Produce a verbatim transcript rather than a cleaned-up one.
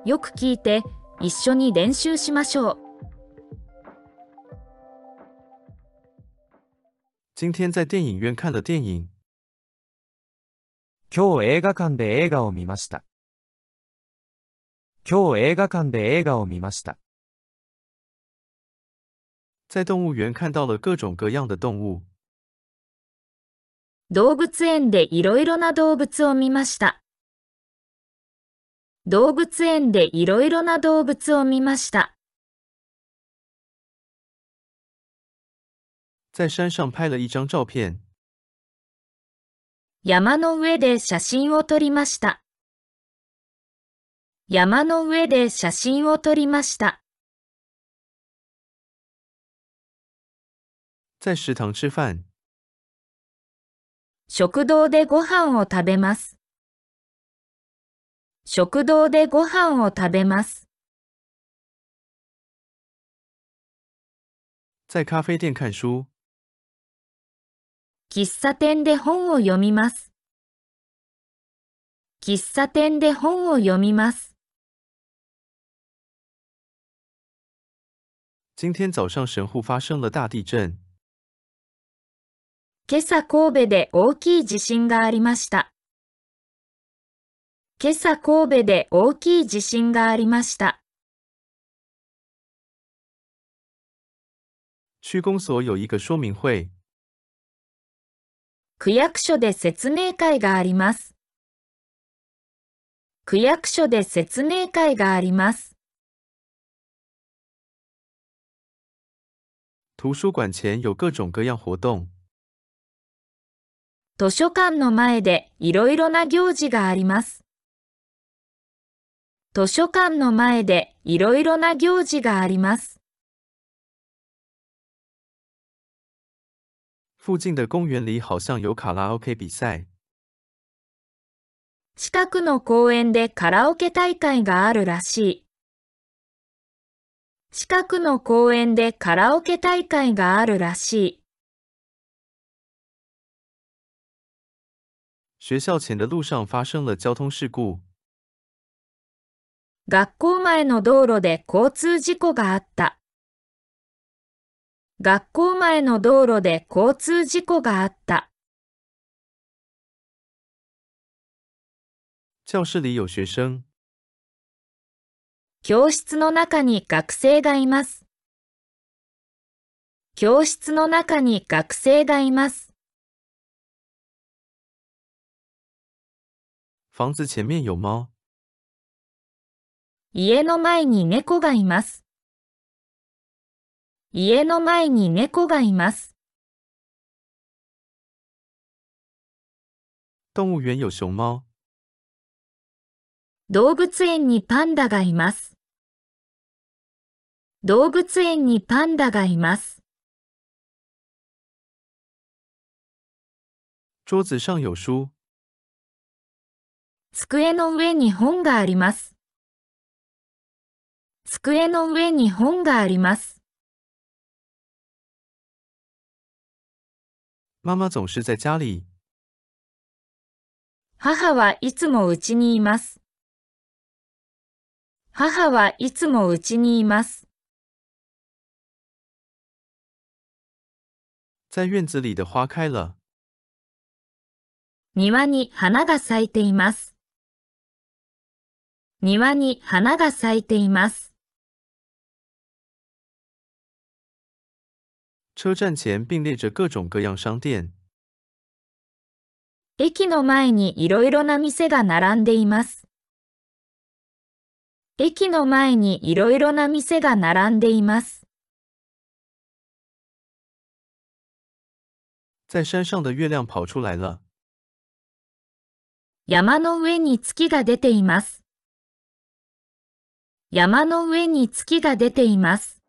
よく聞いて、一緒に練習しましょう。 今天在电影院看了电影。 今日映画館で映画を見ました。今日映画館で映画を見ました。 在动物园看到了各种各样的动物。 動物園でいろいろな動物を見ました。動物園でいろいろな動物を見ました。 在山上拍了一张照片。 山の上で写真を撮りました。山の上で写真を撮りました。 在食堂吃饭。 食堂でご飯を食べます。食堂でご飯を食べます。 在咖啡店看書。 喫茶店で本を読みます。喫茶店で本を読みます。 今天早上神户发生了大地震。 今朝神戸で大きい地震がありました。今朝神戸で大きい地震がありました。 区公所有一个说明会。 区役所で説明会があります。区役所で説明会があります。 图书馆前有各种各样活动。 図書館の前でいろいろな行事があります。図書館の前でいろいろな行事があります。 附近的公园里好像有卡拉 OK 比赛。 近くの公園でカラオケ大会があるらしい。近くの公園でカラオケ大会があるらしい。 学校前的路上发生了交通事故。 学校前の道路で交通事故があった。学校前の道路で交通事故があった。 教室里有学生。 教室の中に学生がいます。教室の中に学生がいます。 房子前面有猫。 家の前に猫がいます。家の前に猫がいます。 动物园有熊猫。 動物園にパンダがいます。動物園にパンダがいます。 桌子上有书。 机の上に本があります。机の上に本があります。 妈妈总是在家里。 母はいつもうちにいます。母はいつもうちにいます。 在院子里的花开了。 庭に花が咲いています。庭に花が咲いています。 车站前并列着各种各样商店。 駅の前にいろいろな店が並んでいます。駅の前にいろいろな店が並んでいます。 在山上的月亮跑出来了。 山の上に月が出ています。山の上に月が出ています。